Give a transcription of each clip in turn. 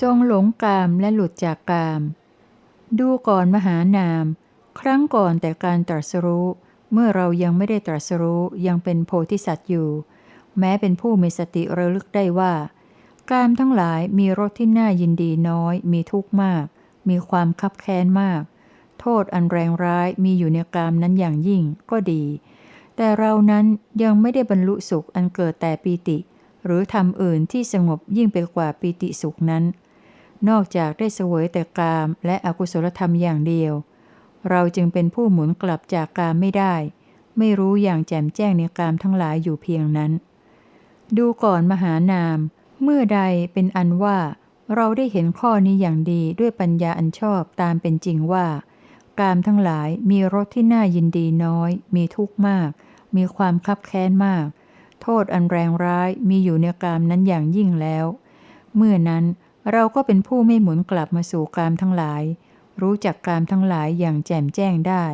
ทรงหลงกามและหลุดจากกามดูก่อนมหานามครั้งก่อนแต่การตรัสรู้เมื่อเรายังไม่ได้ตรัสรู้ยังเป็นโพธิสัตว์อยู่แม้เป็นผู้มีสติระลึกได้ว่ากามทั้งหลายมีรสที่น่ายินดีน้อยมีทุกข์มากมีความคับแค้นมากโทษอันแรงร้ายมีอยู่ในกามนั้นอย่างยิ่งก็ดีแต่เรานั้นยังไม่ได้บรรลุสุขอันเกิดแต่ปีติหรือธรรมอื่นที่สงบยิ่งไปกว่าปีติสุขนั้นนอกจากได้เสวยแต่กามและอกุศลธรรมอย่างเดียวเราจึงเป็นผู้หมุนกลับจากกามไม่ได้ไม่รู้อย่างแจ่มแจ้งในกามทั้งหลายอยู่เพียงนั้นดูก่อนมหานามเมื่อใดเป็นอันว่าเราได้เห็นข้อนี้อย่างดีด้วยปัญญาอันชอบตามเป็นจริงว่ากามทั้งหลายมีรสที่น่ายินดีน้อยมีทุกข์มากมีความคับแค้นมากโทษอันแรงร้ายมีอยู่ในกามนั้นอย่างยิ่งแล้วเมื่อนั้นเราก็เป็นผู้ไม่หมุนกลับมาสู่กามทั้งหลายรู้จักกามทั้งหลายอย่างแจ่มแจ้งได้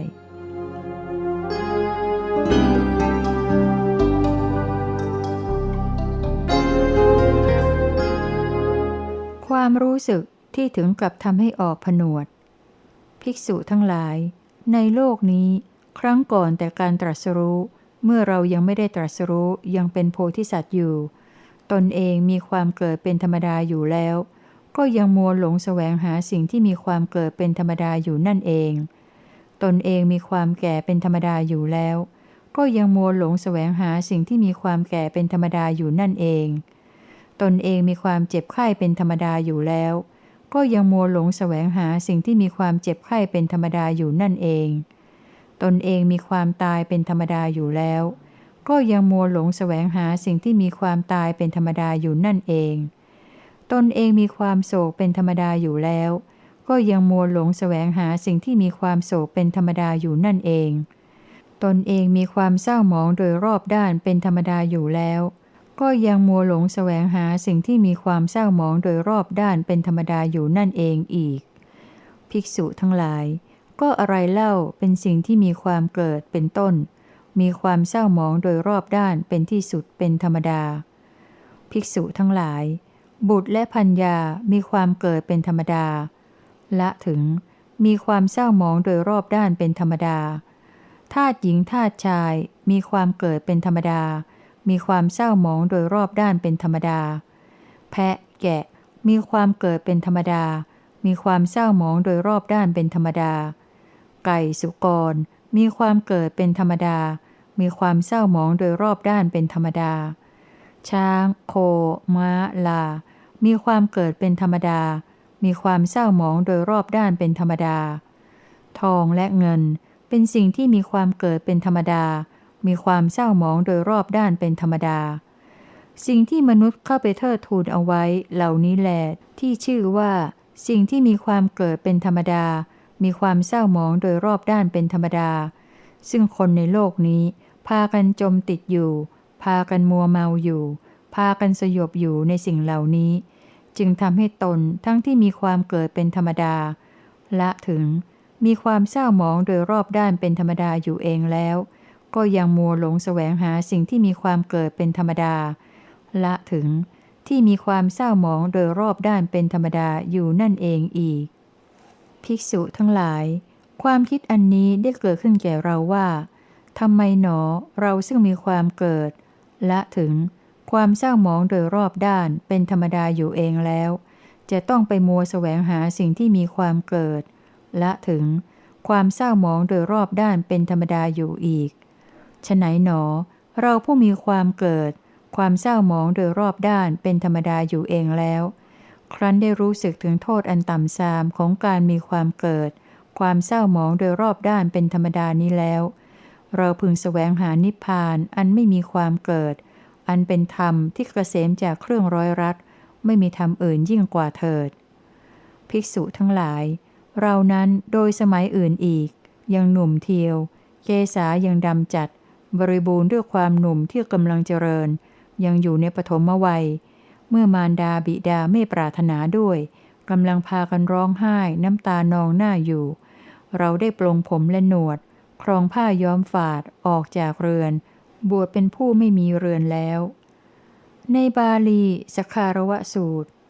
ความรู้สึกที่ถึงกับทำให้ออกผนวดภิกษุทั้งหลายในโลกนี้ครั้งก่อนแต่การตรัสรู้เมื่อเรายังไม่ได้ตรัสรู้ยังเป็นโพธิสัตว์อยู่ตนเองมีความเกิดเป็นธรรมดาอยู่แล้วก็ยังมัวหลงแสวงหาสิ่งที่มีความเกิดเป็นธรรมดาอยู่นั่นเองตนเองมีความแก่เป็นธรรมดาอยู่แล้วก็ยังมัวหลงแสวงหาสิ่งที่มีความแก่เป็นธรรมดาอยู่นั่นเองตนเองมีความเจ็บไข้เป็นธรรมดาอยู่แล้วก็ยังมัวหลงแสวงหาสิ่งที่มีความเจ็บไข้เป็นธรรมดาอยู่นั่นเองตนเองมีความตายเป็นธรรมดาอยู่แล้วก็ยังมัวหลงแสวงหาสิ่งที่มีความตายเป็นธรรมดาอยู่นั่นเองตนเองมีความโศกเป็นธรรมดาอยู่แล้วก็ยังมัวหลงแสวงหาสิ่งที่มีความโศกเป็นธรรมดาอยู่นั่นเองตนเองมีความเศร้าหมองโดยรอบด้านเป็นธรรมดาอยู่แล้วก็ยังมัวหลงแสวงหาสิ่งที่มีความเศร้าหมองโดยรอบด้านเป็นธรรมดาอยู่นั่นเองอีกภิกษุทั้งหลายก็อะไรเล่าเป็นสิ่งที่มีความเกิดเป็นต้นมีความเศร้าหมองโดยรอบด้านเป็นที่สุดเป็นธรรมดาภิกษุทั้งหลายบุตรและภรรยามีความเกิดเป็นธรรมดาละถึงมีความเศร้าหมองโดยรอบด้านเป็นธรรมดาทาสหญิงทาสชายมีความเกิดเป็นธรรมดามีความเศร้าหมองโดยรอบด้านเป็นธรรมดาแพะแกะมีความเกิดเป็นธรรมดามีความเศร้าหมองโดยรอบด้านเป็นธรรมดาไก่สุกรมีความเกิดเป็นธรรมดามีความเศร้าหมองโดยรอบด้านเป็นธรรมดาช้างโคม้าลามีความเกิดเป็นธรรมดามีความเศร้าหมองโดยรอบด้านเป็นธรรมดาทองและเงินเป็นสิ่งที่มีความเกิดเป็นธรรมดามีความเศร้าหมองโดยรอบด้านเป็นธรรมดาสิ่งที่มนุษย์เข้าไปเทิดทูนเอาไว้เหล่านี้แหละที่ชื่อว่าสิ่งที่มีความเกิดเป็นธรรมดามีความเศร้าหมองโดยรอบด้านเป็นธรรมดาซึ่งคนในโลกนี้พากันจมติดอยู่พากันมัวเมาอยู่พากันสยบอยู่ในสิ่งเหล่านี้จึงทำให้ตนทั้งที่มีความเกิดเป็นธรรมดาละถึงมีความเศร้าหมองโดยรอบด้านเป็นธรรมดาอยู่เองแล้วก็ยังมัวหลงแสวงหาสิ่งที่มีความเกิดเป็นธรรมดาละถึงที่มีความเศร้าหมองโดยรอบด้านเป็นธรรมดาอยู่นั่นเองอีกภิกษุทั้งหลายความคิดอันนี้ได้เกิดขึ้นแก่เราว่าทำไมหนอเราซึ่งมีความเกิดละถึงความเศร้าหมองโดยรอบด้านเป็นธรรมดาอยู่เองแล้วจะต้องไปมัวแสวงหาสิ่งที่มีความเกิดละถึงความเศร้าหมองโดยรอบด้านเป็นธรรมดาอยู่อีกฉะไหนหนอเราผู้มีความเกิดความเศร้าหมองโดยรอบด้านเป็นธรรมดาอยู่เองแล้วครั้นได้รู้สึกถึงโทษอันต่ำทรามของการมีความเกิดความเศร้าหมองโดยรอบด้านเป็นธรรมดานี้แล้วเราพึงแสวงหานิพพานอันไม่มีความเกิดอันเป็นธรรมที่เกษมจากเครื่องร้อยรัดไม่มีธรรมอื่นยิ่งกว่าเถิดภิกษุทั้งหลายเรานั้นโดยสมัยอื่นอีกยังหนุ่มเทียวเกษายังดำจัดบริบูรณ์ด้วยความหนุ่มที่กำลังเจริญยังอยู่ในปฐมวัยเมื่อมารดาบิดาไม่ปรารถนาด้วยกำลังพากันร้องไห้น้ำตานองหน้าอยู่เราได้ปลงผมและหนวดครองผ้าย้อมฝาดออกจากเรือนบวชเป็นผู้ไม่มีเรือนแล้วในบาลีสคารวะสูตร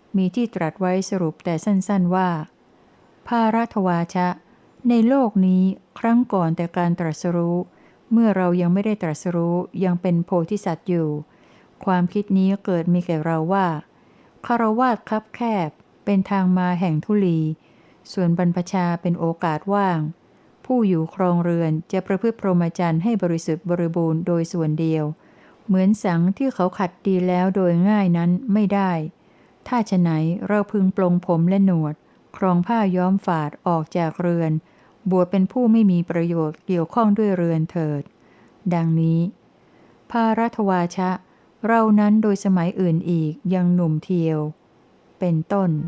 มีที่ตรัสไว้สรุปแต่สั้นๆว่าภารัตวาชะในโลกนี้ครั้งก่อนแต่การตรัสรู้เมื่อเรายังไม่ได้ตรัสรู้ยังเป็นโพธิสัตว์อยู่ความคิดนี้เกิดมีแก่เราว่าคฤหัสถ์คับแคบเป็นทางมาแห่งทุลีส่วนบรรพชาเป็นโอกาสว่างผู้อยู่ครองเรือนจะประพฤติพรหมจรรย์ให้บริสุทธิ์บริบูรณ์โดยส่วนเดียวเหมือนสังที่เขาขัดดีแล้วโดยง่ายนั้นไม่ได้ถ้าฉะไหนเราพึงปลงผมและหนวดครองผ้าย้อมฝาดออกจากเรือนบวชเป็นผู้ไม่มีประโยชน์เกี่ยวข้องด้วยเรือนเถิดดังนี้ภารัตวาชะเรานั้นโดยสมัยอื่นอีกยังหนุ่มเทียวเป็นต้น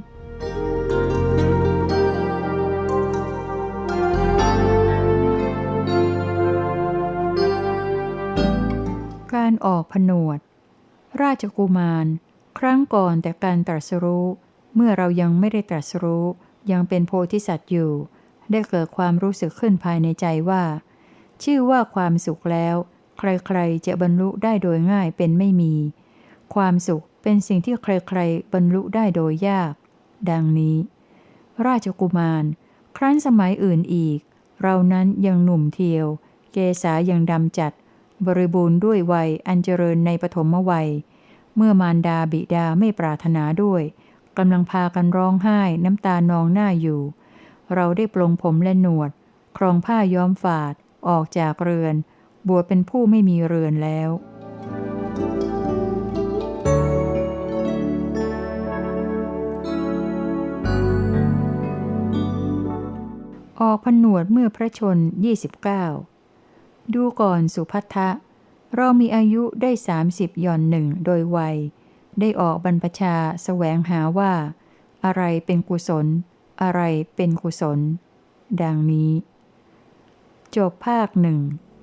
การออกผนวดราชกุมารครั้งก่อนแต่การตรัสรู้เมื่อเรายังไม่ได้ตรัสรู้ยังเป็นโพธิสัตว์อยู่ได้เกิดความรู้สึกขึ้นภายในใจว่าชื่อว่าความสุขแล้วใครๆจะบรรลุได้โดยง่ายเป็นไม่มีความสุขเป็นสิ่งที่ใครๆบรรลุได้โดยยากดังนี้ราชกุมารครั้นสมัยอื่นอีกเรานั้นยังหนุ่มเทียวเกศายังดำจัดบริบูรณ์ด้วยวัยอันเจริญในปฐมวัยเมื่อมารดาบิดาไม่ปรารถนาด้วยกำลังพากันร้องไห้น้ำตานองหน้าอยู่เราได้ปลงผมและหนวดครองผ้าย้อมฝาดออกจากเรือนบวชเป็นผู้ไม่มีเรือนแล้วออกผนวดเมื่อพระชน29ดูก่อนสุภัททะเรามีอายุได้30 ย่อนหนึ่งโดยวัยได้ออกบรรพชาแสวงหาว่าอะไรเป็นกุศลอะไรเป็นกุศลดังนี้จบภาคหนึ่ง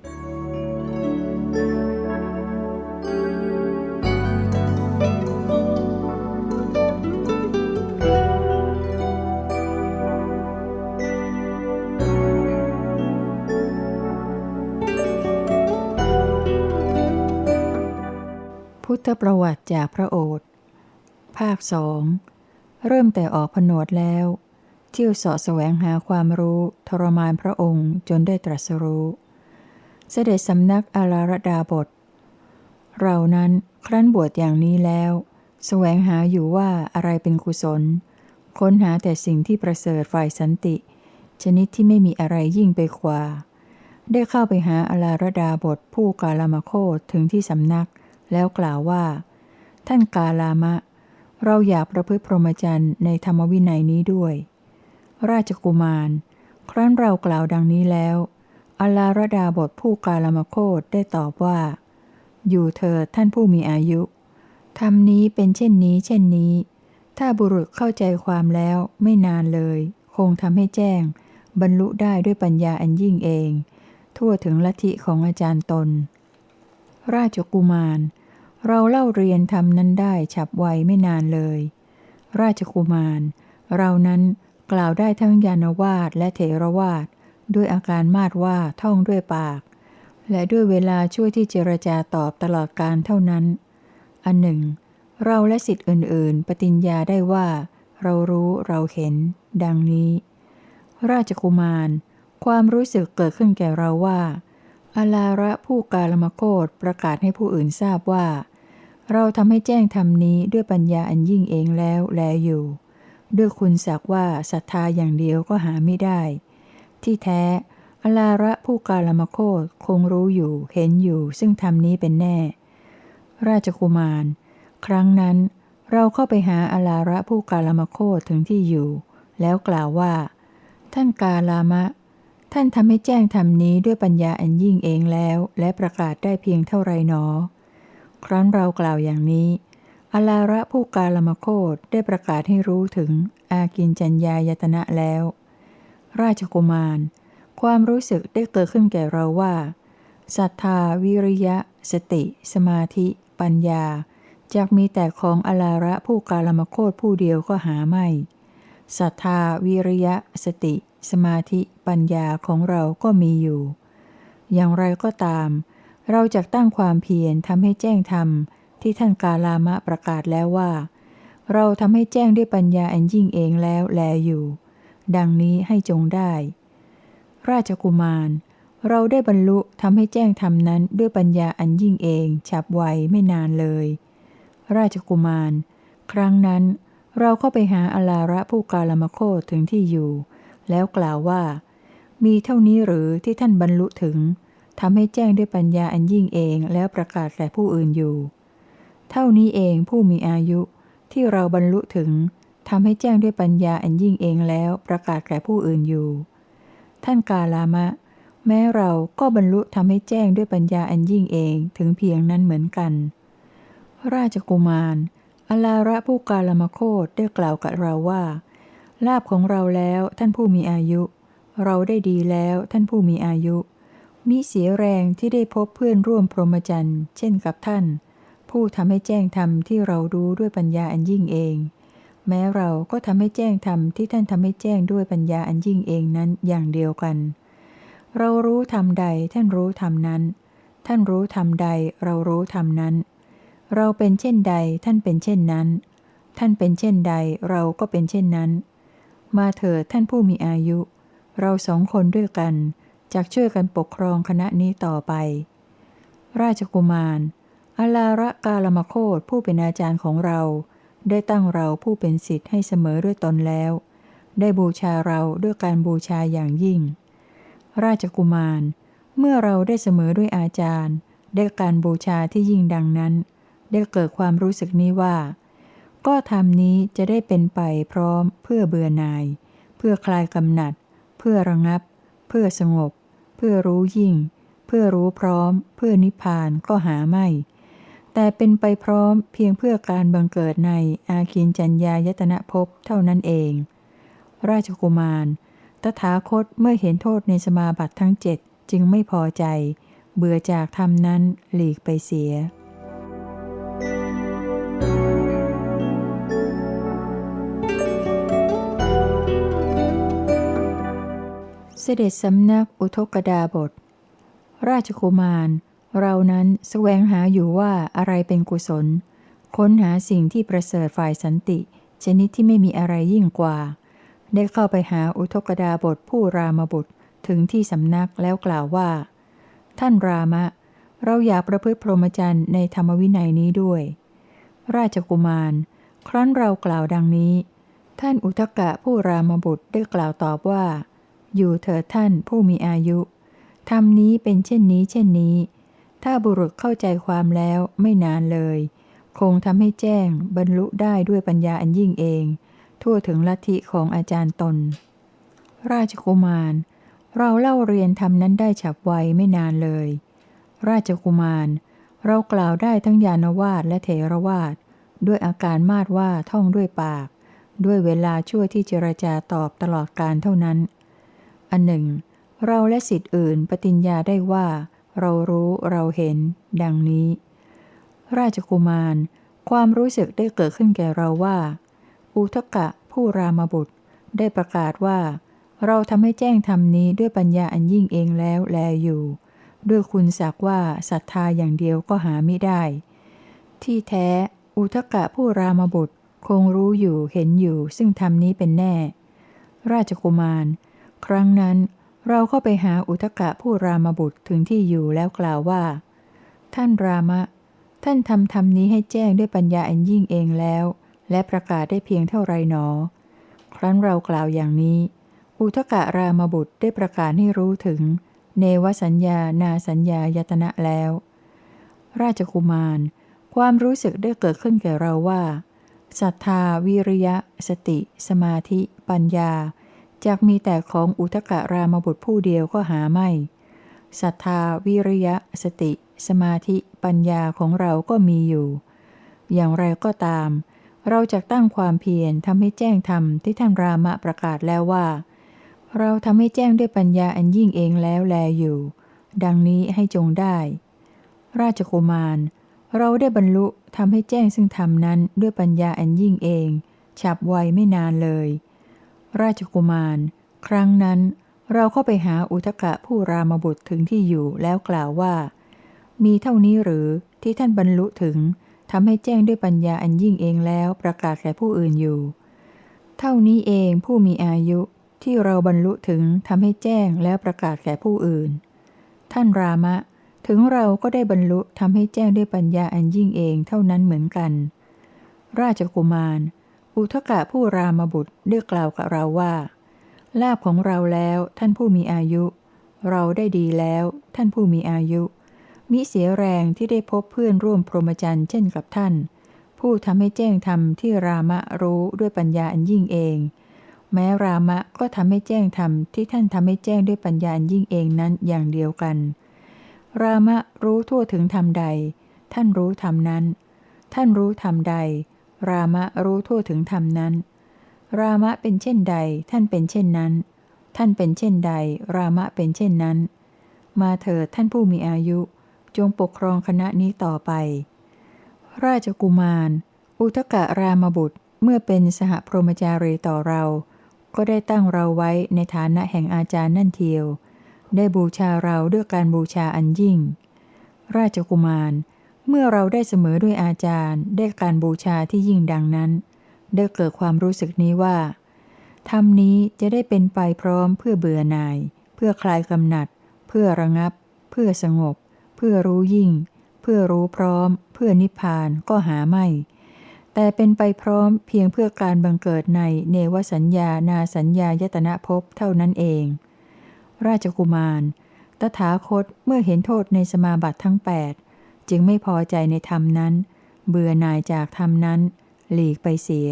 พุทธประวัติจากพระโอษฐ์ภาคสองเริ่มแต่ออกผนวดแล้วเที่ยวเสาะแสวงหาความรู้ทรมานพระองค์จนได้ตรัสรู้เสด็จสำนักอาราดาบทเรานั้นครั้นบวชอย่างนี้แล้วแสวงหาอยู่ว่าอะไรเป็นกุศลค้นหาแต่สิ่งที่ประเสริฐฝ่ายสันติชนิดที่ไม่มีอะไรยิ่งไปกว่าได้เข้าไปหาอาราดาบทผู้กาลามโคตถึงที่สำนักแล้วกล่าวว่าท่านกาลามะเราอยากประพฤติพรหมจรรย์ในธรรมวินัยนี้ด้วยราชกุมารครั้นเรากล่าวดังนี้แล้วอาราดาบทผู้กาลามโคตได้ตอบว่าอยู่เถิดท่านผู้มีอายุธรรมนี้เป็นเช่นนี้เช่นนี้ถ้าบุรุษเข้าใจความแล้วไม่นานเลยคงทำให้แจ้งบรรลุได้ด้วยปัญญาอันยิ่งเองทั่วถึงลัทธิของอาจารย์ตนราชกุมารเราเล่าเรียนธรรมนั้นได้ฉับไวไม่นานเลยราชกุมารเรานั้นกล่าวได้ทั้งญาณวาทและเถรวาทด้วยอาการมาดว่าท่องด้วยปากและด้วยเวลาช่วยที่เจรจาตอบตลอดการเท่านั้นอันหนึ่งเราและศิษย์อื่นๆปฏิญญาได้ว่าเรารู้เราเห็นดังนี้ราชกุมารความรู้สึกเกิดขึ้นแก่เราว่าอาลาระผู้กาลมโคตประกาศให้ผู้อื่นทราบว่าเราทำให้แจ้งธรรมนี้ด้วยปัญญาอันยิ่งเองแล้วแลอยู่ด้วยคุณศักว่าศรัทธาอย่างเดียวก็หาไม่ได้ที่แท้อาลาระผู้กาลมโคตคงรู้อยู่เห็นอยู่ซึ่งธรรมนี้เป็นแน่ราชกุมารครั้งนั้นเราเข้าไปหาอาลาระผู้กาลมโคตถึงที่อยู่แล้วกล่าวว่าท่านกาลามะท่านทำให้แจ้งธรรมนี้ด้วยปัญญาอันยิ่งเองแล้วและประกาศได้เพียงเท่าไรหนอครั้นเรากล่าวอย่างนี้อาลาระผู้กาลมโคตได้ประกาศให้รู้ถึงอากินจัญญายตนะแล้วราชกุมารความรู้สึกได้เกิดขึ้นแก่เราว่าศรัทธาวิริยะสติสมาธิปัญญาจากมีแต่ของอาลาระผู้กาลมโคตผู้เดียวก็หาไม่ศรัทธาวิริยะสติสมาธิปัญญาของเราก็มีอยู่อย่างไรก็ตามเราจะตั้งความเพียรทำให้แจ้งธรรมที่ท่านกาลามะประกาศแล้วว่าเราทำให้แจ้งด้วยปัญญาอันยิ่งเองแล้วแลอยู่ดังนี้ให้จงได้ราชกุมารเราได้บรรลุทำให้แจ้งธรรมนั้นด้วยปัญญาอันยิ่งเองฉับไวไม่นานเลยราชกุมารครั้งนั้นเราเข้าไปหาอลาระผู้กาลามโคตถึงที่อยู่แล้วกล่าวว่ามีเท่านี้หรือที่ท่านบรรลุถึงทำให้แจ้งด้วยปัญญาอันยิ่งเองแล้วประกาศแก่ผู้อื่นอยู่เท่านี้เองผู้มีอายุที่เราบรรลุถึงทำให้แจ้งด้วยปัญญาอันยิ่งเองแล้วประกาศแก่ผู้อื่นอยู่ท่านกาลามะแม้เราก็บรรลุทำให้แจ้งด้วยปัญญาอันยิ่งเองถึงเพียงนั้นเหมือนกันราชกุมารอลาระผู้กาลามโคตได้กล่าวกับเราว่าลาภของเราแล้วท่านผู้มีอายุเราได้ดีแล้วท่านผู้มีอายุมิเสียแรงที่ได้พบเพื่อนร่วมพรหมจรรย์เช่นกับท่านผู้ทำให้แจ้งธรรมที่เรารู้ด้วยปัญญาอันยิ่งเองแม้เราก็ทำให้แจ้งธรรมที่ท่านทำให้แจ้งด้วยปัญญาอันยิ่งเองนั้นอย่างเดียวกันเรารู้ธรรมใดท่านรู้ธรรมนั้นท่านรู้ธรรมใดเรารู้ธรรมนั้นเราเป็นเช่นใดท่านเป็นเช่นนั้นท่านเป็นเช่นใดเราก็เป็นเช่นนั้นมาเถิดท่านผู้มีอายุเราสองคนด้วยกันจักช่วยกันปกครองคณะนี้ต่อไปราชกุมารอลาระกาลามโคตผู้เป็นอาจารย์ของเราได้ตั้งเราผู้เป็นศิษย์ให้เสมอด้วยตนแล้วได้บูชาเราด้วยการบูชาอย่างยิ่งราชกุมารเมื่อเราได้เสมอด้วยอาจารย์ได้การบูชาที่ยิ่งดังนั้นได้เกิดความรู้สึกนี้ว่าก็ธรรมนี้จะได้เป็นไปพร้อมเพื่อเบื่อหน่ายเพื่อคลายกำหนัดเพื่อระงับเพื่อสงบเพื่อรู้ยิ่งเพื่อรู้พร้อมเพื่อนิพพานก็หาไม่แต่เป็นไปพร้อมเพียงเพื่อการบังเกิดในอาคินจัญญายตนะภพเท่านั้นเองราชกุมารตถาคตเมื่อเห็นโทษในสมาบัติทั้ง7จึงไม่พอใจเบื่อจากธรรมนั้นหลีกไปเสียเสด็จสำนักอุทกดาบทราชกุมารเรานั้นแสวงหาอยู่ว่าอะไรเป็นกุศลค้นหาสิ่งที่ประเสริฐฝ่ายสันติชนิดที่ไม่มีอะไรยิ่งกว่าได้เข้าไปหาอุทกดาบทผู้รามบุตรถึงที่สำนักแล้วกล่าวว่าท่านรามะเราอยากประพฤติพรหมจรรย์ในธรรมวินัยนี้ด้วยราชกุมารครั้นเรากล่าวดังนี้ท่านอุทกะผู้รามบุตรได้กล่าวตอบว่าอยู่เถิดท่านผู้มีอายุธรรมนี้เป็นเช่นนี้เช่นนี้ถ้าบุรุษเข้าใจความแล้วไม่นานเลยคงทำให้แจ้งบรรลุได้ด้วยปัญญาอันยิ่งเองทั่วถึงลัทธิของอาจารย์ตนราชกุมารเราเล่าเรียนธรรมนั้นได้ฉับไวไม่นานเลยราชกุมารเรากล่าวได้ทั้งญาณวาสและเถรวาทด้วยอาการมาดว่าท่องด้วยปากด้วยเวลาชั่วที่เจรจาตอบตลอดการเท่านั้นอันหนึ่งเราและศิษย์อื่นปฏิญญาได้ว่าเรารู้เราเห็นดังนี้ราชกุมารความรู้สึกได้เกิดขึ้นแก่เราว่าอุทกะผู้รามบุตรได้ประกาศว่าเราทำให้แจ้งธรรมนี้ด้วยปัญญาอันยิ่งเองแล้วแลอยู่ด้วยคุณศักดิ์ว่าศรัทธาอย่างเดียวก็หาไม่ได้ที่แท้อุทกะผู้รามบุตรคงรู้อยู่เห็นอยู่ซึ่งธรรมนี้เป็นแน่ราชกุมารครั้งนั้นเราเข้าไปหาอุทกะผู้รามบุตรถึงที่อยู่แล้วกล่าวว่าท่านรามะท่านทำธรรมนี้ให้แจ้งด้วยปัญญาอันยิ่งเองแล้วและประกาศได้เพียงเท่าไรหนอครั้นเรากล่าวอย่างนี้อุทกะรามบุตรได้ประกาศให้รู้ถึงเนวสัญญานาสัญญายตนะแล้วราชกุมารความรู้สึกได้เกิดขึ้นแก่เราว่าศรัทธาวิริยะสติสมาธิปัญญาจากมีแต่ของอุทกะรามบุตรผู้เดียวก็หาไม่ศรัทธาวิริยะสติสมาธิปัญญาของเราก็มีอยู่อย่างไรก็ตามเราจะตั้งความเพียรทำให้แจ้งธรรมที่ท่านรามะประกาศแล้วว่าเราทำให้แจ้งด้วยปัญญาอันยิ่งเองแล้วแลอยู่ดังนี้ให้จงได้ราชกุมารเราได้บรรลุทำให้แจ้งซึ่งธรรมนั้นด้วยปัญญาอันยิ่งเองฉับไวไม่นานเลยราชกุมารครั้งนั้นเราเข้าไปหาอุทกะผู้รามบุตรถึงที่อยู่แล้วกล่าวว่ามีเท่านี้หรือที่ท่านบรรลุถึงทำให้แจ้งด้วยปัญญาอันยิ่งเองแล้วประกาศแก่ผู้อื่นอยู่ เท่านี้เองผู้มีอายุที่เราบรรลุถึงทำให้แจ้งแล้วประกาศแก่ผู้อื่น ท่านรามะถึงเราก็ได้บรรลุทำให้แจ้งด้วยปัญญาอันยิ่งเองเท่านั้นเหมือนกัน ราชกุมารอุทกะผู้รามบุตรได้กล่าวกับเราว่าลาภของเราแล้วท่านผู้มีอายุเราได้ดีแล้วท่านผู้มีอายุมิเสียแรงที่ได้พบเพื่อนร่วมพรหมจรรย์เช่นกับท่านผู้ทำให้แจ้งธรรมที่รามะรู้ด้วยปัญญาอันยิ่งเองแม้รามะก็ทำให้แจ้งธรรมที่ท่านทำให้แจ้งด้วยปัญญาอันยิ่งเองนั้นอย่างเดียวกันรามะรู้ทั่วถึงธรรมใดท่านรู้ธรรมนั้นท่านรู้ธรรมใดรามะรู้ทั่วถึงธรรมนั้นรามะเป็นเช่นใดท่านเป็นเช่นนั้นท่านเป็นเช่นใดรามะเป็นเช่นนั้นมาเถิดท่านผู้มีอายุจงปกครองคณะนี้ต่อไปราชกุมารอุทกะรามบุตรเมื่อเป็นสหพรหมจารีต่อเราก็ได้ตั้งเราไว้ในฐานะแห่งอาจารย์นั่นเทียวได้บูชาเราด้วยการบูชาอันยิ่งราชกุมารเมื่อเราได้เสมอด้วยอาจารย์ได้การบูชาที่ยิ่งดังนั้นได้เกิดความรู้สึกนี้ว่าธรรมนี้จะได้เป็นไปพร้อมเพื่อเบื่อหน่ายเพื่อคลายกำหนัดเพื่อระงับเพื่อสงบเพื่อรู้ยิ่งเพื่อรู้พร้อมเพื่อนิพพานก็หาไม่แต่เป็นไปพร้อมเพียงเพื่อการบังเกิดในเนวสัญญานาสัญญายตนะภพเท่านั้นเองราชกุมารตถาคตเมื่อเห็นโทษในสมาบัติทั้ง8จึงไม่พอใจในธรรมนั้นเบื่อหน่ายจากธรรมนั้นหลีกไปเสีย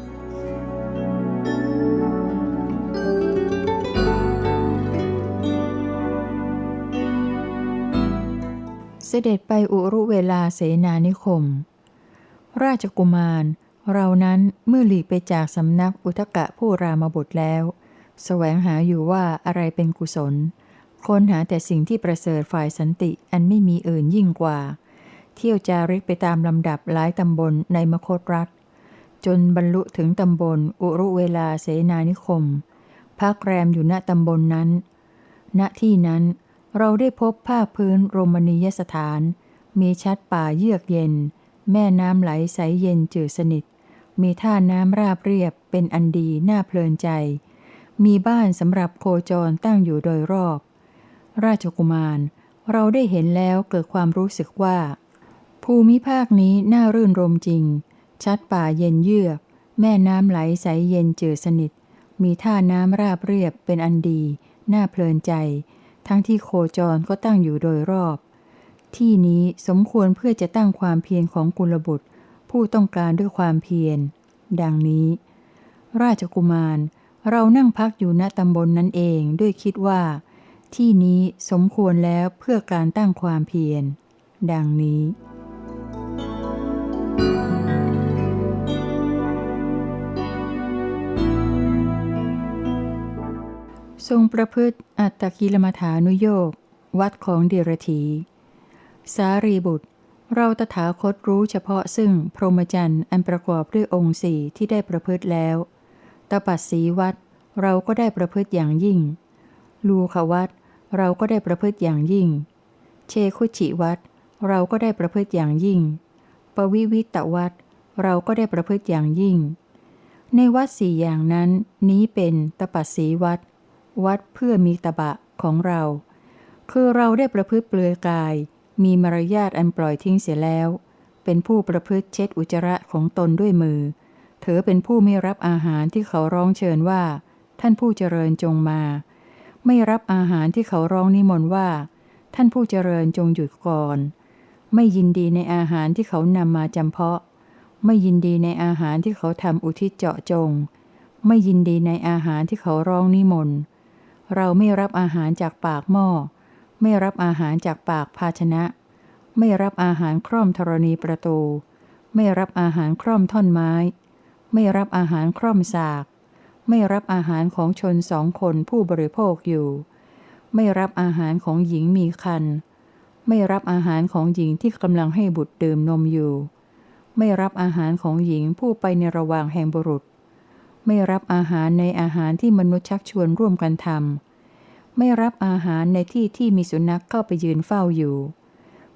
เสด็จไปอุรุเวลาเสนานิคมราชกุมารเรานั้นเมื่อหลีกไปจากสำนักอุทกะผู้รามบุตรแล้วแสวงหาอยู่ว่าอะไรเป็นกุศลค้นหาแต่สิ่งที่ประเสริฐฝ่ายสันติอันไม่มีอื่นยิ่งกว่าเที่ยวจาริกไปตามลำดับหลายตำบลในมคธรัฐจนบรรลุถึงตำบลอุรุเวลาเสนานิคมพักแรมอยู่ณตำบลนั้นณที่นั้นเราได้พบภาคพื้นโรมณียสถานมีชัดป่าเยือกเย็นแม่น้ำไหลใสเย็นจืดสนิทมีท่าน้ำราบเรียบเป็นอันดีน่าเพลินใจมีบ้านสำหรับโคจรตั้งอยู่โดยรอบราชกุมารเราได้เห็นแล้วเกิดความรู้สึกว่าภูมิภาคนี้น่ารื่นรมจริงชัดป่าเย็นเยือกแม่น้ำไหลใสเย็นจืดสนิทมีท่าน้ำราบเรียบเป็นอันดีน่าเพลินใจทั้งที่โคจรก็ตั้งอยู่โดยรอบที่นี้สมควรเพื่อจะตั้งความเพียรของกุลบุตรผู้ต้องการด้วยความเพียรดังนี้ราชกุมารเรานั่งพักอยู่ณตำบลนั้นเองด้วยคิดว่าที่นี้สมควรแล้วเพื่อการตั้งความเพียรดังนี้ทรงประพฤติอัตตกิลมัฏฐานุโยควัดของเดรธีสารีบุตรเราตถาคตรู้เฉพาะซึ่งพรหมจรรย์อันประกอบด้วยองค์สี่ที่ได้ประพฤติแล้วตปัสสีวัดเราก็ได้ประพฤติอย่างยิ่งลูขวัดเราก็ได้ประพฤติอย่างยิ่งเชคุชิวัดเราก็ได้ประพฤติอย่างยิ่งปวิวิตวัดเราก็ได้ประพฤติอย่างยิ่งในวัดสี่อย่างนั้นนี้เป็นตปัสสีวัดวัดเพื่อมีตบะของเราคือเราได้ประพฤติเปลือยกายมีมารยาทอันปล่อยทิ้งเสียแล้วเป็นผู้ประพฤติเช็ดอุจจาระของตนด้วยมือเธอเป็นผู้ไม่รับอาหารที่เขาร้องเชิญว่าท่านผู้เจริญจงมาไม่รับอาหารที่เขาร้องนิมนต์ว่าท่านผู้เจริญจงหยุดก่อนไม่ยินดีในอาหารที่เขานำมาจำเพาะไม่ยินดีในอาหารที่เขาทำอุทิศเจาะจงไม่ยินดีในอาหารที่เขาร้องนิมนต์เราไม่รับอาหารจากปากหม้อไม่รับอาหารจากปากภาชนะไม่รับอาหารคร่อมธรณีประตูไม่รับอาหารคร่อมท่อนไม้ไม่รับอาหารคร่อมสากไม่รับอาหารของชนสองคนผู้บริโภคอยู่ไม่รับอาหารของหญิงมีครรภ์ไม่รับอาหารของหญิงที่กำลังให้บุตรดื่มนมอยู่ไม่รับอาหารของหญิงผู้ไปในระหว่างแห่งบุรุษไม่รับอาหารในอาหารที่มนุษย์ชักชวนร่วมกันทำไม่รับอาหารในที่ที่มีสุนัขเข้าไปยืนเฝ้าอยู่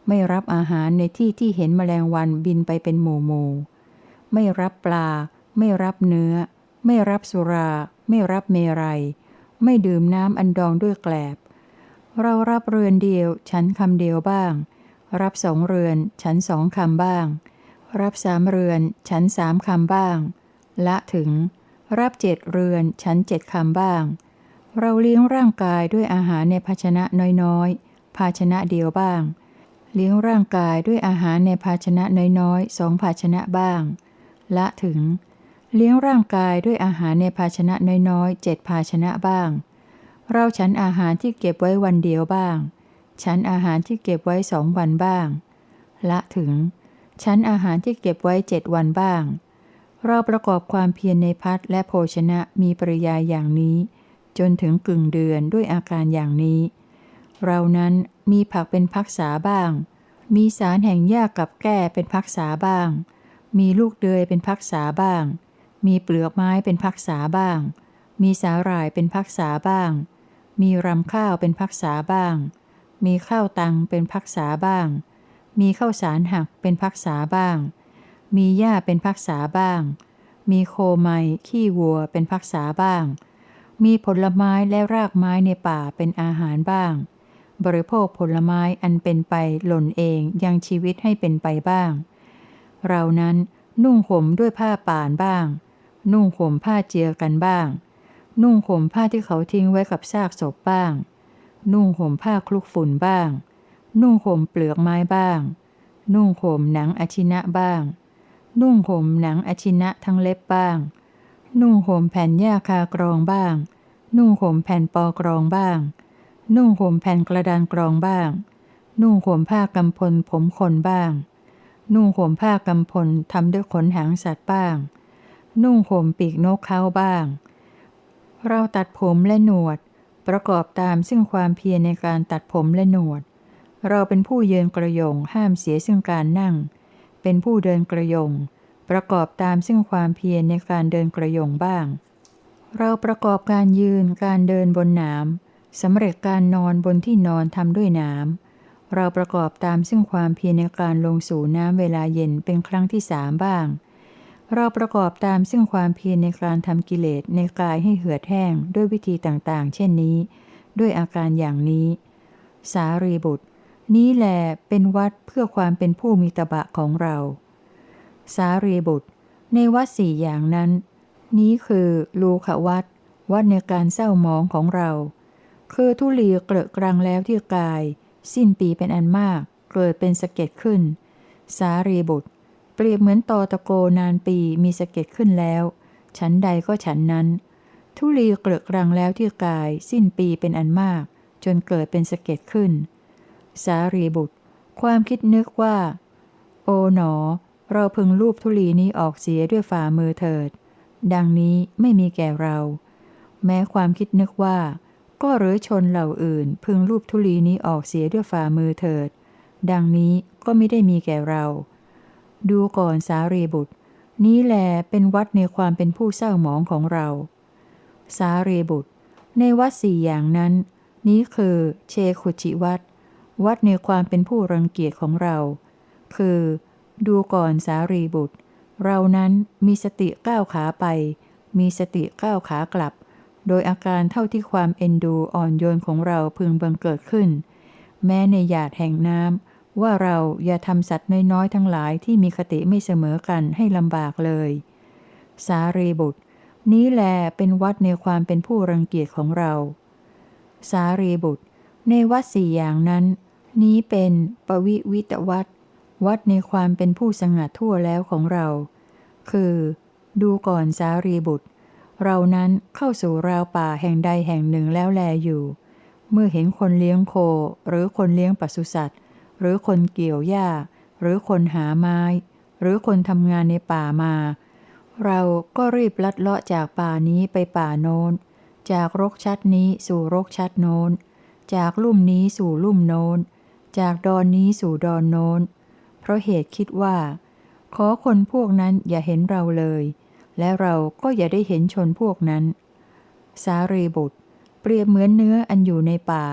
ไม่รับอาหารในที่ที่เห็นแมลงวันบินไปเป็นหมู่ๆไม่รับปลาไม่รับเนื้อไม่รับสุราไม่รับเมรัยไม่ดื่มน้ำอันดองด้วยแกลบเรารับเรือนเดียวฉันคำเดียวบ้างรับ2 เรือนฉัน2 คำบ้างรับ3 เรือนฉัน3 คำบ้างละถึงรับ7 เรือนฉัน7 คำบ้างเราเลี้ยงร่างกายด้วยอาหารในภาชนะน้อยๆภาชนะเดียวบ้างเลี้ยงร่างกายด้วยอาหารในภาชนะน้อยๆ2 ภาชนะบ้างละถึงเลี้ยงร่างกายด้วยอาหารในภาชนะน้อยๆ7 ภาชนะบ้างเราฉันอาหารที่เก็บไว้วันเดียวบ้างฉันอาหารที่เก็บไว้2 วันบ้างละถึงฉันอาหารที่เก็บไว้7 วันบ้างเราประกอบความเพียรในภัตและโภชนะมีปริยายอย่างนี้จนถึงกึ่งเดือนด้วยอาการอย่างนี้เรานั้นมีผักเป็นภักษาบ้างมีสารแห่งหญ้ากับแก้เป็นภักษาบ้างมีลูกเดือยเป็นภักษาบ้างมีเปลือกไม้เป็นภักษาบ้างมีสาหร่ายเป็นภักษาบ้างมีรำข้าวเป็นภักษาบ้างมีข้าวตังเป็นภักษาบ้างมีข้าวสารหักเป็นภักษาบ้างมีหญ้าเป็นภักษาบ้างมีโคไมขี้วัวเป็นภักษาบ้างมีผลไม้และรากไม้ในป่าเป็นอาหารบ้างบริโภคผลไม้อันเป็นไปหล่นเองยังชีวิตให้เป็นไปบ้างเรานั้นนุ่งห่มด้วยผ้าป่านบ้างนุ่งห่มผ้าเจือกันบ้างนุ่งห่มผ้าที่เขาทิ้งไว้กับซากศพบ้างนุ่งห่มผ้าคลุกฝุ่นบ้างนุ่งห่มเปลือกไม้บ้างนุ่งห่มหนังอชินะบ้างนุ่งห่มหนังอชินะทั้งเล็บบ้างนุ่งห่มแผ่นหญ้าคากรองบ้างนุ่งห่มแผ่นปอกรองบ้างนุ่งห่มแผ่นกระดานกรองบ้างนุ่งห่มผ้ากำพลผมคนบ้างนุ่งห่มผ้ากำพลทำด้วยขนหางสัตว์บ้างนุ่งห่มปีกนกเขาบ้างเราตัดผมและหนวดประกอบตามซึ่งความเพียรในการตัดผมและหนวดเราเป็นผู้ยืนกระยงห้ามเสียซึ่งการนั่งเป็นผู้เดินกระยงประกอบตามซึ่งความเพียรในการเดินกระยงบ้างเราประกอบการยืนการเดินบนหนามสำเร็จการนอนบนที่นอนทำด้วยหนามเราประกอบตามซึ่งความเพียรในการลงสู่น้ำเวลาเย็นเป็นครั้งที่3บ้างเราประกอบตามซึ่งความเพียรในการทำกิเลสในกายให้เหือดแห้งด้วยวิธีต่างๆเช่นนี้ด้วยอาการอย่างนี้สารีบุตรนี้แลเป็นวัดเพื่อความเป็นผู้มีตบะของเราสารีบุตรในวัด4 อย่างนั้นนี้คือลูขวัดวัดในการเศร้าหมองของเราคือทุลีเกลอะกรังแล้วที่กายสิ้นปีเป็นอันมากเกิดเป็นสะเก็ดขึ้นสารีบุตรเปรียบเหมือนตอตะโกนานปีมีสะเก็ดขึ้นแล้วฉันใดก็ฉันนั้นทุลีเกลอะกรังแล้วที่กายสิ้นปีเป็นอันมากจนเกิดเป็นสะเก็ดขึ้นสารีบุตรความคิดนึกว่าโอ๋หนอเราพึงลูบทุลีนี้ออกเสียด้วยฝ่ามือเถิดดังนี้ไม่มีแก่เราแม้ความคิดนึกว่าก็หรือชนเหล่าอื่นพึงลูบทุลีนี้ออกเสียด้วยฝ่ามือเถิดดังนี้ก็ไม่ได้มีแก่เราดูก่อนสารีบุตรนี้แลเป็นวัดในความเป็นผู้เศร้าหมองของเราสารีบุตรในวัด4 อย่างนั้นนี้คือเชขุชิวัดวัดในความเป็นผู้รังเกียจของเราคือดูก่อนสารีบุตรเรานั้นมีสติก้าวขาไปมีสติก้าวขากลับโดยอาการเท่าที่ความเอ็นดูอ่อนโยนของเราพึงบังเกิดขึ้นแม้ในหยาดแห่งน้ำว่าเราอย่าทำสัตว์น้อยๆทั้งหลายที่มีคติไม่เสมอกันให้ลำบากเลยสารีบุตรนี้แลเป็นวัดในความเป็นผู้รังเกียจของเราสารีบุตรในวัด4 อย่างนั้นนี้เป็นปวิวิตวัดวัดในความเป็นผู้สงัดทั่วแล้วของเราคือดูก่อนสารีบุตรเรานั้นเข้าสู่ราวป่าแห่งใดแห่งหนึ่งแล้วแลอยู่เมื่อเห็นคนเลี้ยงโคหรือคนเลี้ยงปศุสัตว์หรือคนเกี่ยวหญ้าหรือคนหาไม้หรือคนทำงานในป่ามาเราก็รีบลัดเลาะจากป่านี้ไปป่าโน้นจากรกชัดนี้สู่รกชัดโน้นจากลุ่มนี้สู่ลุ่มโน้นจากดอนนี้สู่ดอนโน้นเพราะเหตุคิดว่าขอคนพวกนั้นอย่าเห็นเราเลยและเราก็อย่าได้เห็นชนพวกนั้นสารีบุตรเปรียบเหมือนเนื้ออันอยู่ในป่า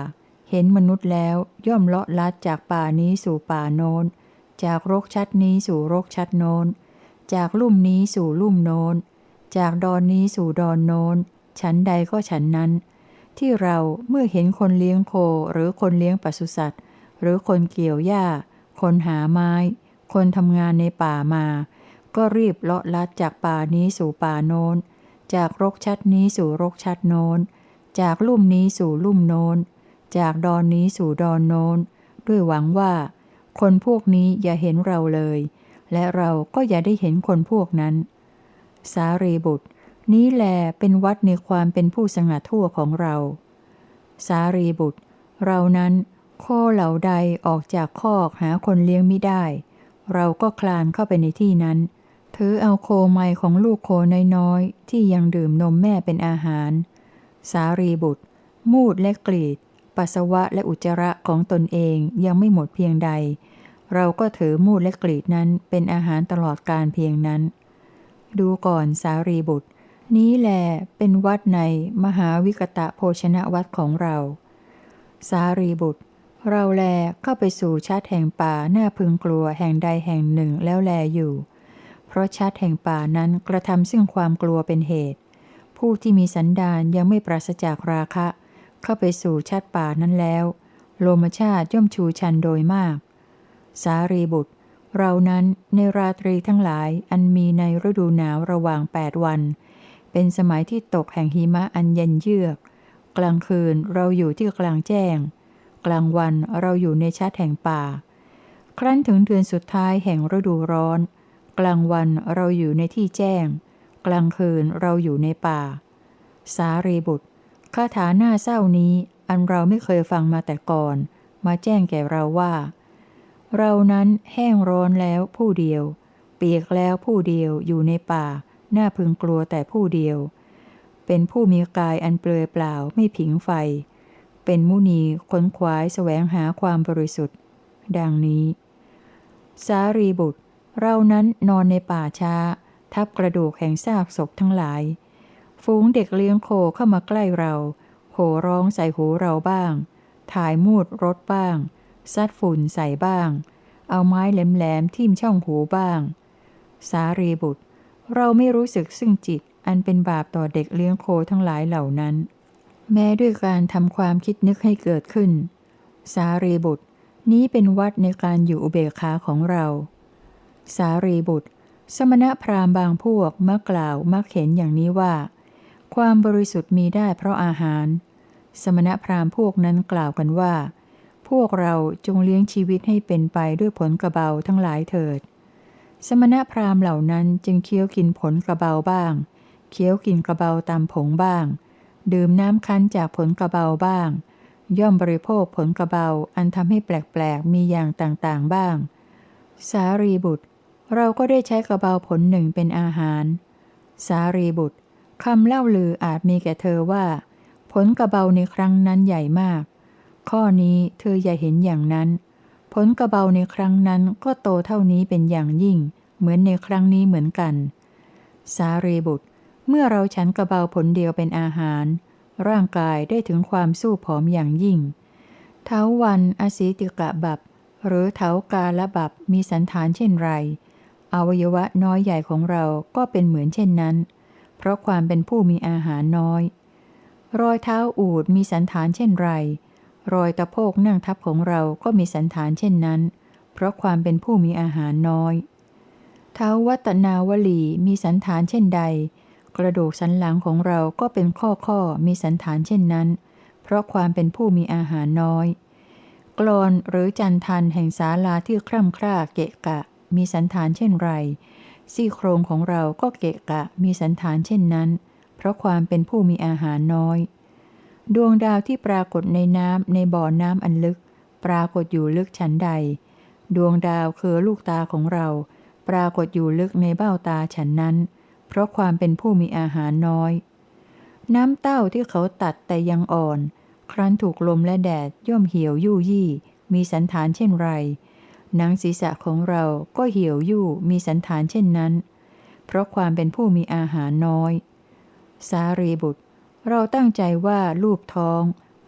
เห็นมนุษย์แล้วย่อมเลาะลัดจากป่านี้สู่ป่าโน้นจากรกชัดนี้สู่รกชัดโน้นจากลุ่มนี้สู่ลุ่มโน้นจากดอนนี้สู่ดอนโน้นฉันใดก็ฉันนั้นที่เราเมื่อเห็นคนเลี้ยงโคหรือคนเลี้ยงปศุสัตว์หรือคนเกี่ยวหญ้าคนหาไม้คนทำงานในป่ามาก็รีบเลาะลัดจากป่านี้สู่ป่าโน้นจากรกชัดนี้สู่รกชัดโน้นจากลุ่มนี้สู่ลุ่มโน้นจากดอนนี้สู่ดอนโน้นด้วยหวังว่าคนพวกนี้อย่าเห็นเราเลยและเราก็อย่าได้เห็นคนพวกนั้นสารีบุตรนี้แลเป็นวัดในความเป็นผู้สงัดทั่วของเราสารีบุตรเรานั้นโคเหล่าใดออกจากคอกหาคนเลี้ยงมิได้เราก็คลานเข้าไปในที่นั้นถือเอาโคไมของลูกโคน้อยๆที่ยังดื่มนมแม่เป็นอาหารสารีบุตรมูดและกรีดปัสสาวะและอุจจาระของตนเองยังไม่หมดเพียงใดเราก็ถือมูดและกรีดนั้นเป็นอาหารตลอดการเพียงนั้นดูก่อนสารีบุตรนี้แลเป็นวัดในมหาวิกตะโภชนะวัดของเราสารีบุตรเราแลเข้าไปสู่ชัดแห่งป่าหน้าพึงกลัวแห่งใดแห่งหนึ่งแล้วแลอยู่เพราะชัดแห่งป่านั้นกระทำซึ่งความกลัวเป็นเหตุผู้ที่มีสันดานยังไม่ปราศจากราคะเข้าไปสู่ชัดป่านั้นแล้วโลมชาติย่อมชูชันโดยมากสารีบุตรเรานั้นในราตรีทั้งหลายอันมีในฤดูหนาวระหว่าง8 วันเป็นสมัยที่ตกแห่งหิมะอันเย็นเยือกกลางคืนเราอยู่ที่กลางแจ้งกลางวันเราอยู่ในชัดแห่งป่าครั้นถึงเดือนสุดท้ายแห่งฤดูร้อนกลางวันเราอยู่ในที่แจ้งกลางคืนเราอยู่ในป่าสารีบุตรคาถาหน้าเศร้านี้อันเราไม่เคยฟังมาแต่ก่อนมาแจ้งแก่เราว่าเรานั้นแห้งร้อนแล้วผู้เดียวเปียกแล้วผู้เดียวอยู่ในป่าน่าพึงกลัวแต่ผู้เดียวเป็นผู้มีกายอันเปลือยเปล่าไม่ผิงไฟเป็นมุนีขนขวายแสวงหาความบริสุทธิ์ดังนี้สารีบุตรเรานั้นนอนในป่าช้าทับกระดูกแห่งซากศพทั้งหลายฝูงเด็กเลี้ยงโคเข้ามาใกล้เราโห่ร้องใส่หูเราบ้างถ่ายมูดรถบ้างซัดฝุ่นใส่บ้างเอาไม้แหลมๆทิ่มช่องหูบ้างสารีบุตรเราไม่รู้สึกซึ่งจิตอันเป็นบาปต่อเด็กเลี้ยงโคทั้งหลายเหล่านั้นแม้ด้วยการทำความคิดนึกให้เกิดขึ้นสารีบุตรนี้เป็นวัดในการอยู่อุเบกขาของเราสารีบุตรสมณพราหมณ์บางพวกมักกล่าวมักเห็นอย่างนี้ว่าความบริสุทธิ์มีได้เพราะอาหารสมณพราหมณ์พวกนั้นกล่าวกันว่าพวกเราจงเลี้ยงชีวิตให้เป็นไปด้วยผลกระเบาทั้งหลายเถิดสมณพราหมณ์เหล่านั้นจึงเคี้ยวกินผลกระเบาบ้างเคี้ยวกินกระเบาตามผงบ้างดื่มน้ำคั้นจากผลกระเบาบ้างย่อมบริโภคผลกระเบาอันทำให้แปลกๆมีอย่างต่างๆบ้างสารีบุตรเราก็ได้ใช้กระเบาผลหนึ่งเป็นอาหารสารีบุตรคำเล่าลืออาจมีแก่เธอว่าผลกระเบาในครั้งนั้นใหญ่มากข้อนี้เธออย่าเห็นอย่างนั้นผลกระเบาในครั้งนั้นก็โตเท่านี้เป็นอย่างยิ่งเหมือนในครั้งนี้เหมือนกันสารีบุตรเมื่อเราฉันกระเบาผลเดียวเป็นอาหารร่างกายได้ถึงความสู้ผอมอย่างยิ่งเท้าวันอสีติกะบับหรือเท้ากาละบับมีสันฐานเช่นไรอวัยวะน้อยใหญ่ของเราก็เป็นเหมือนเช่นนั้นเพราะความเป็นผู้มีอาหารน้อยรอยเท้าอูฐมีสันฐานเช่นไรรอยตะโพกนั่งทับของเราก็มีสันฐานเช่นนั้นเพราะความเป็นผู้มีอาหารน้อยเท้าวัตนาวลีมีสันฐานเช่นใดกระดูกสันหลังของเราก็เป็นข้อมีสันฐานเช่นนั้นเพราะความเป็นผู้มีอาหารน้อยกลอนหรือจันทันแห่งศาลาที่คร่ำคร่าเกะกะมีสันฐานเช่นไรซี่โครงของเราก็เกะกะมีสันฐานเช่นนั้นเพราะความเป็นผู้มีอาหารน้อยดวงดาวที่ปรากฏในน้ำในบ่อน้ำอันลึกปรากฏอยู่ลึกฉันใดดวงดาวคือลูกตาของเราปรากฏอยู่ลึกในเบ้าตาฉันนั้นเพราะความเป็นผู้มีอาหารน้อยน้ำเต้าที่เขาตัดแต่ยังอ่อนครั้นถูกลมและแดดย่อมเหี่ยวยู่ยี่มีสันฐานเช่นไรหนังศีรษะของเราก็เหี่ยวยู่มีสันฐานเช่นนั้นเพราะความเป็นผู้มีอาหารน้อยสารีบุตรเราตั้งใจว่าลูบท้อง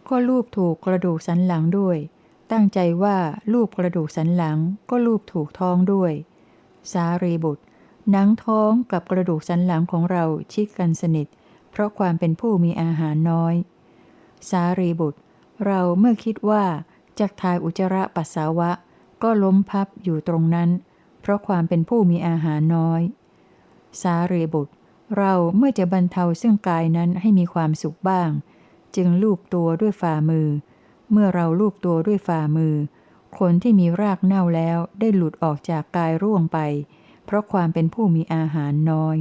ก็ลูบถูกกระดูกสันหลังด้วย ตั้งใจว่าลูบกระดูกสันหลังก็ลูบถูกท้องด้วย สารีบุตรหนังท้องกับกระดูกสันหลังของเราชิดกันสนิทเพราะความเป็นผู้มีอาหารน้อย สารีบุตรเราเมื่อคิดว่าจักถ่ายอุจจาระปัสสาวะก็ล้มพับอยู่ตรงนั้นเพราะความเป็นผู้มีอาหารน้อย สารีบุตรเราเมื่อจะบรรเทาซึ่งกายนั้นให้มีความสุขบ้างจึงลูบตัวด้วยฝ่ามือเมื่อเราลูบตัวด้วยฝ่ามือขนที่มีรากเน่าแล้วได้หลุดออกจากกายร่วงไปเพราะความเป็นผู้มีอาหารน้อย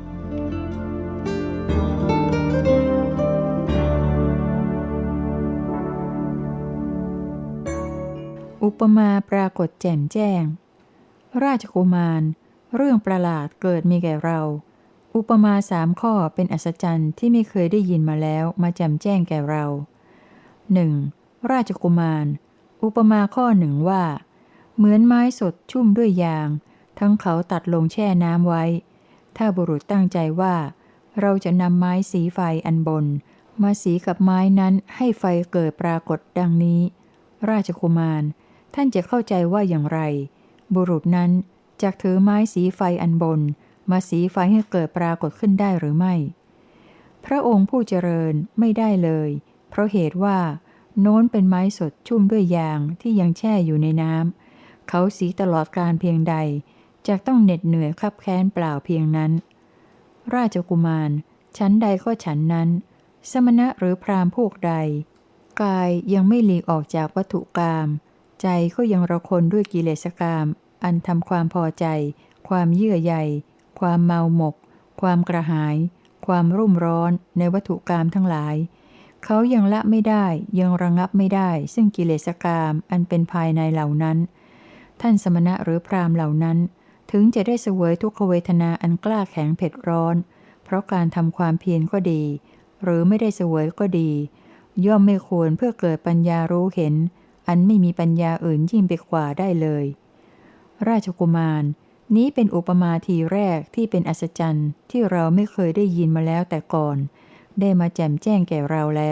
อุปมาปรากฏแจ่มแจ้งราชกุมารเรื่องประหลาดเกิดมีแก่เราอุปมา3 ข้อเป็นอัศจรรย์ที่ไม่เคยได้ยินมาแล้วมาแจ่มแจ้งแก่เรา 1. ราชกุมารอุปมาข้อหนึ่งว่าเหมือนไม้สดชุ่มด้วยยางทั้งเขาตัดลงแช่น้ำไว้ถ้าบุรุษตั้งใจว่าเราจะนำไม้สีไฟอันบนมาสีกับไม้นั้นให้ไฟเกิดปรากฏดังนี้ราชกุมารท่านจะเข้าใจว่าอย่างไรบุรุษนั้นจักถือไม้สีไฟอันบนมาสีไฟให้เกิดปรากฏขึ้นได้หรือไม่พระองค์ผู้เจริญไม่ได้เลยเพราะเหตุว่าโน้นเป็นไม้สดชุ่มด้วยยางที่ยังแช่อยู่ในน้ำเขาสีตลอดการเพียงใดจักต้องเหน็ดเหนื่อยคับแค้นเปล่าเพียงนั้นราชกุมารฉันใดก็ฉันนั้นสมณะหรือพราหมณ์พวกใดกายยังไม่หลีกออกจากวัตถุกามใจก็ยังระคนด้วยกิเลสกามอันทำความพอใจความเยื่อใยความเมาหมกความกระหายความรุ่มร้อนในวัตถุกามทั้งหลายเขายังละไม่ได้ยังระงับไม่ได้ซึ่งกิเลสกามอันเป็นภายในเหล่านั้นท่านสมณะหรือพราหมณ์เหล่านั้นถึงจะได้เสวยทุกขเวทนาอันกล้าแข็งเผ็ดร้อนเพราะการทำความเพียรก็ดีหรือไม่ได้เสวยก็ดีย่อมไม่ควรเพื่อเกิดปัญญารู้เห็นอันไม่มีปัญญาอื่นยิ่งไปกว่าได้เลยราชกุมารนี้เป็นอุปมาทีแรกที่เป็นอัศจรรย์ที่เราไม่เคยได้ยินมาแล้วแต่ก่อนได้มาแจ่มแจ้งแก่เราแล้ว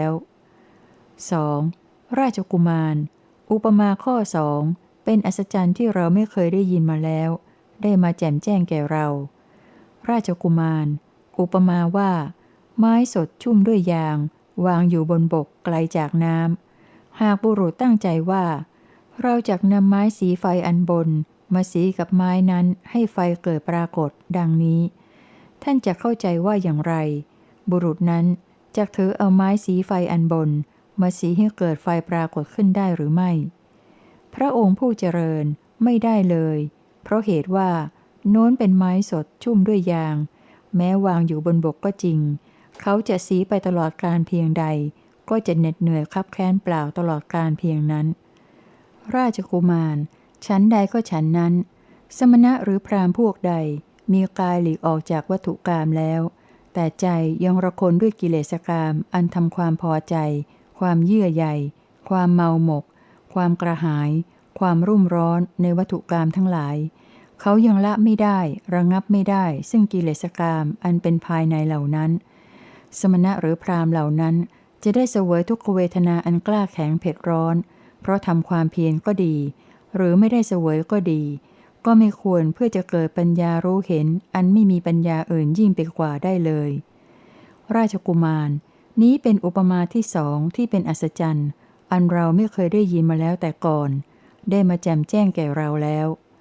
2. ราชกุมารอุปมาข้อ2เป็นอัศจรรย์ที่เราไม่เคยได้ยินมาแล้วได้มาแจ่มแจ้งแก่เราราชกุมารอุปมาว่าไม้สดชุ่มด้วยยางวางอยู่บนบกไกลจากน้ำหากบุรุษตั้งใจว่าเราจักนำไม้สีไฟอันบนมาสีกับไม้นั้นให้ไฟเกิดปรากฏดังนี้ท่านจะเข้าใจว่าอย่างไรบุรุษนั้นจักถือเอาไม้สีไฟอันบนมาสีให้เกิดไฟปรากฏขึ้นได้หรือไม่พระองค์ผู้เจริญไม่ได้เลยเพราะเหตุว่าโน้นเป็นไม้สดชุ่มด้วยยางแม้วางอยู่บนบกก็จริงเขาจะสีไปตลอดการเพียงใดก็จะเหน็ดเหนื่อยคับแค้นเปล่าตลอดการเพียงนั้นราชกุมารฉันใดก็ฉันนั้นสมณะหรือพราหมณ์พวกใดมีกายหลีกออกจากวัตถุกามแล้วแต่ใจยังระคนด้วยกิเลสกามอันทำความพอใจความเยื่อใยความเมาหมกความกระหายความรุ่มร้อนในวัตถุกามทั้งหลายเขายังละไม่ได้ระงับไม่ได้ซึ่งกิเลสกามอันเป็นภายในเหล่านั้นสมณะหรือพราหมณ์เหล่านั้นจะได้เสวยทุกขเวทนาอันกล้าแข็งเผ็ดร้อนเพราะทำความเพียรก็ดีหรือไม่ได้เสวยก็ดีก็ไม่ควรเพื่อจะเกิดปัญญารู้เห็นอันไม่มีปัญญาอื่นยิ่งไปกว่าได้เลยราชกุมารนี้เป็นอุปมาที่2ที่เป็นอัศจรรย์อันเราไม่เคยได้ยินมาแล้วแต่ก่อนได้มาแจ่มแจ้งแก่เราแล้ว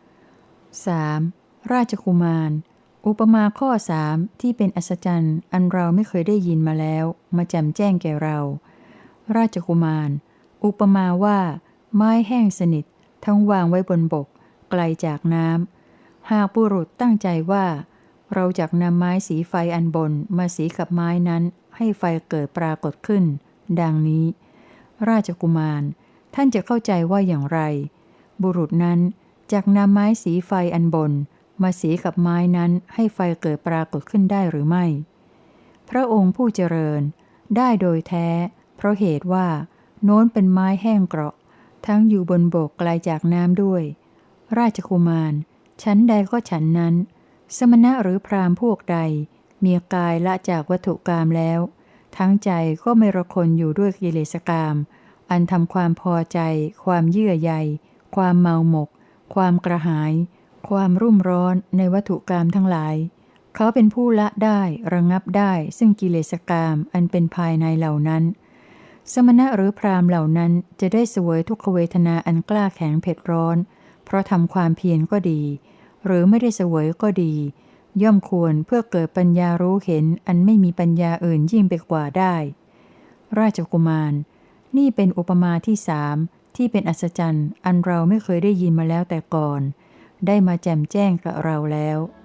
3. ราชกุมารอุปมาข้อ3ที่เป็นอัศจรรย์อันเราไม่เคยได้ยินมาแล้วมาแจ่มแจ้งแก่เราราชกุมารอุปมาว่าไม้แห้งสนิททั้งวางไว้บนบกไกลจากน้ำหากบุรุษตั้งใจว่าเราจักนำไม้สีไฟอันบนมาสีกับไม้นั้นให้ไฟเกิดปรากฏขึ้นดังนี้ราชกุมารท่านจะเข้าใจว่าอย่างไรบุรุษนั้นจักนำไม้สีไฟอันบนมาสีกับไม้นั้นให้ไฟเกิดปรากฏขึ้นได้หรือไม่พระองค์ผู้เจริญได้โดยแท้เพราะเหตุว่าโน้นเป็นไม้แห้งเกราะทั้งอยู่บนบกไกลจากน้ำด้วยราชกุมารฉันใดก็ฉันนั้นสมณะหรือพราหมณ์พวกใดมีกายละจากวัตถุกามแล้วทั้งใจก็ไม่ระคนอยู่ด้วยกิเลสกาม อันทำความพอใจ ความเยื่อใยความเมาหมก ความกระหาย ความรุ่มร้อนในวัตถุกรรมทั้งหลาย เขาเป็นผู้ละได้ระงับได้ซึ่งกิเลสกามอันเป็นภายในเหล่านั้น สมณะหรือพราหมณ์เหล่านั้นจะได้เสวยทุกขเวทนาอันกล้าแข็งเผ็ดร้อน เพราะทำความเพียรก็ดี หรือไม่ได้เสวยก็ดี ย่อมควรเพื่อเกิดปัญญารู้เห็นอันไม่มีปัญญาอื่นยิ่งไปกว่าได้ ราชกุมารนี่เป็นอุปมาที่สามที่เป็นอัศจรรย์อันเราไม่เคยได้ยินมาแล้วแต่ก่อน ได้มาแจ่มแจ้งกับเราแล้ว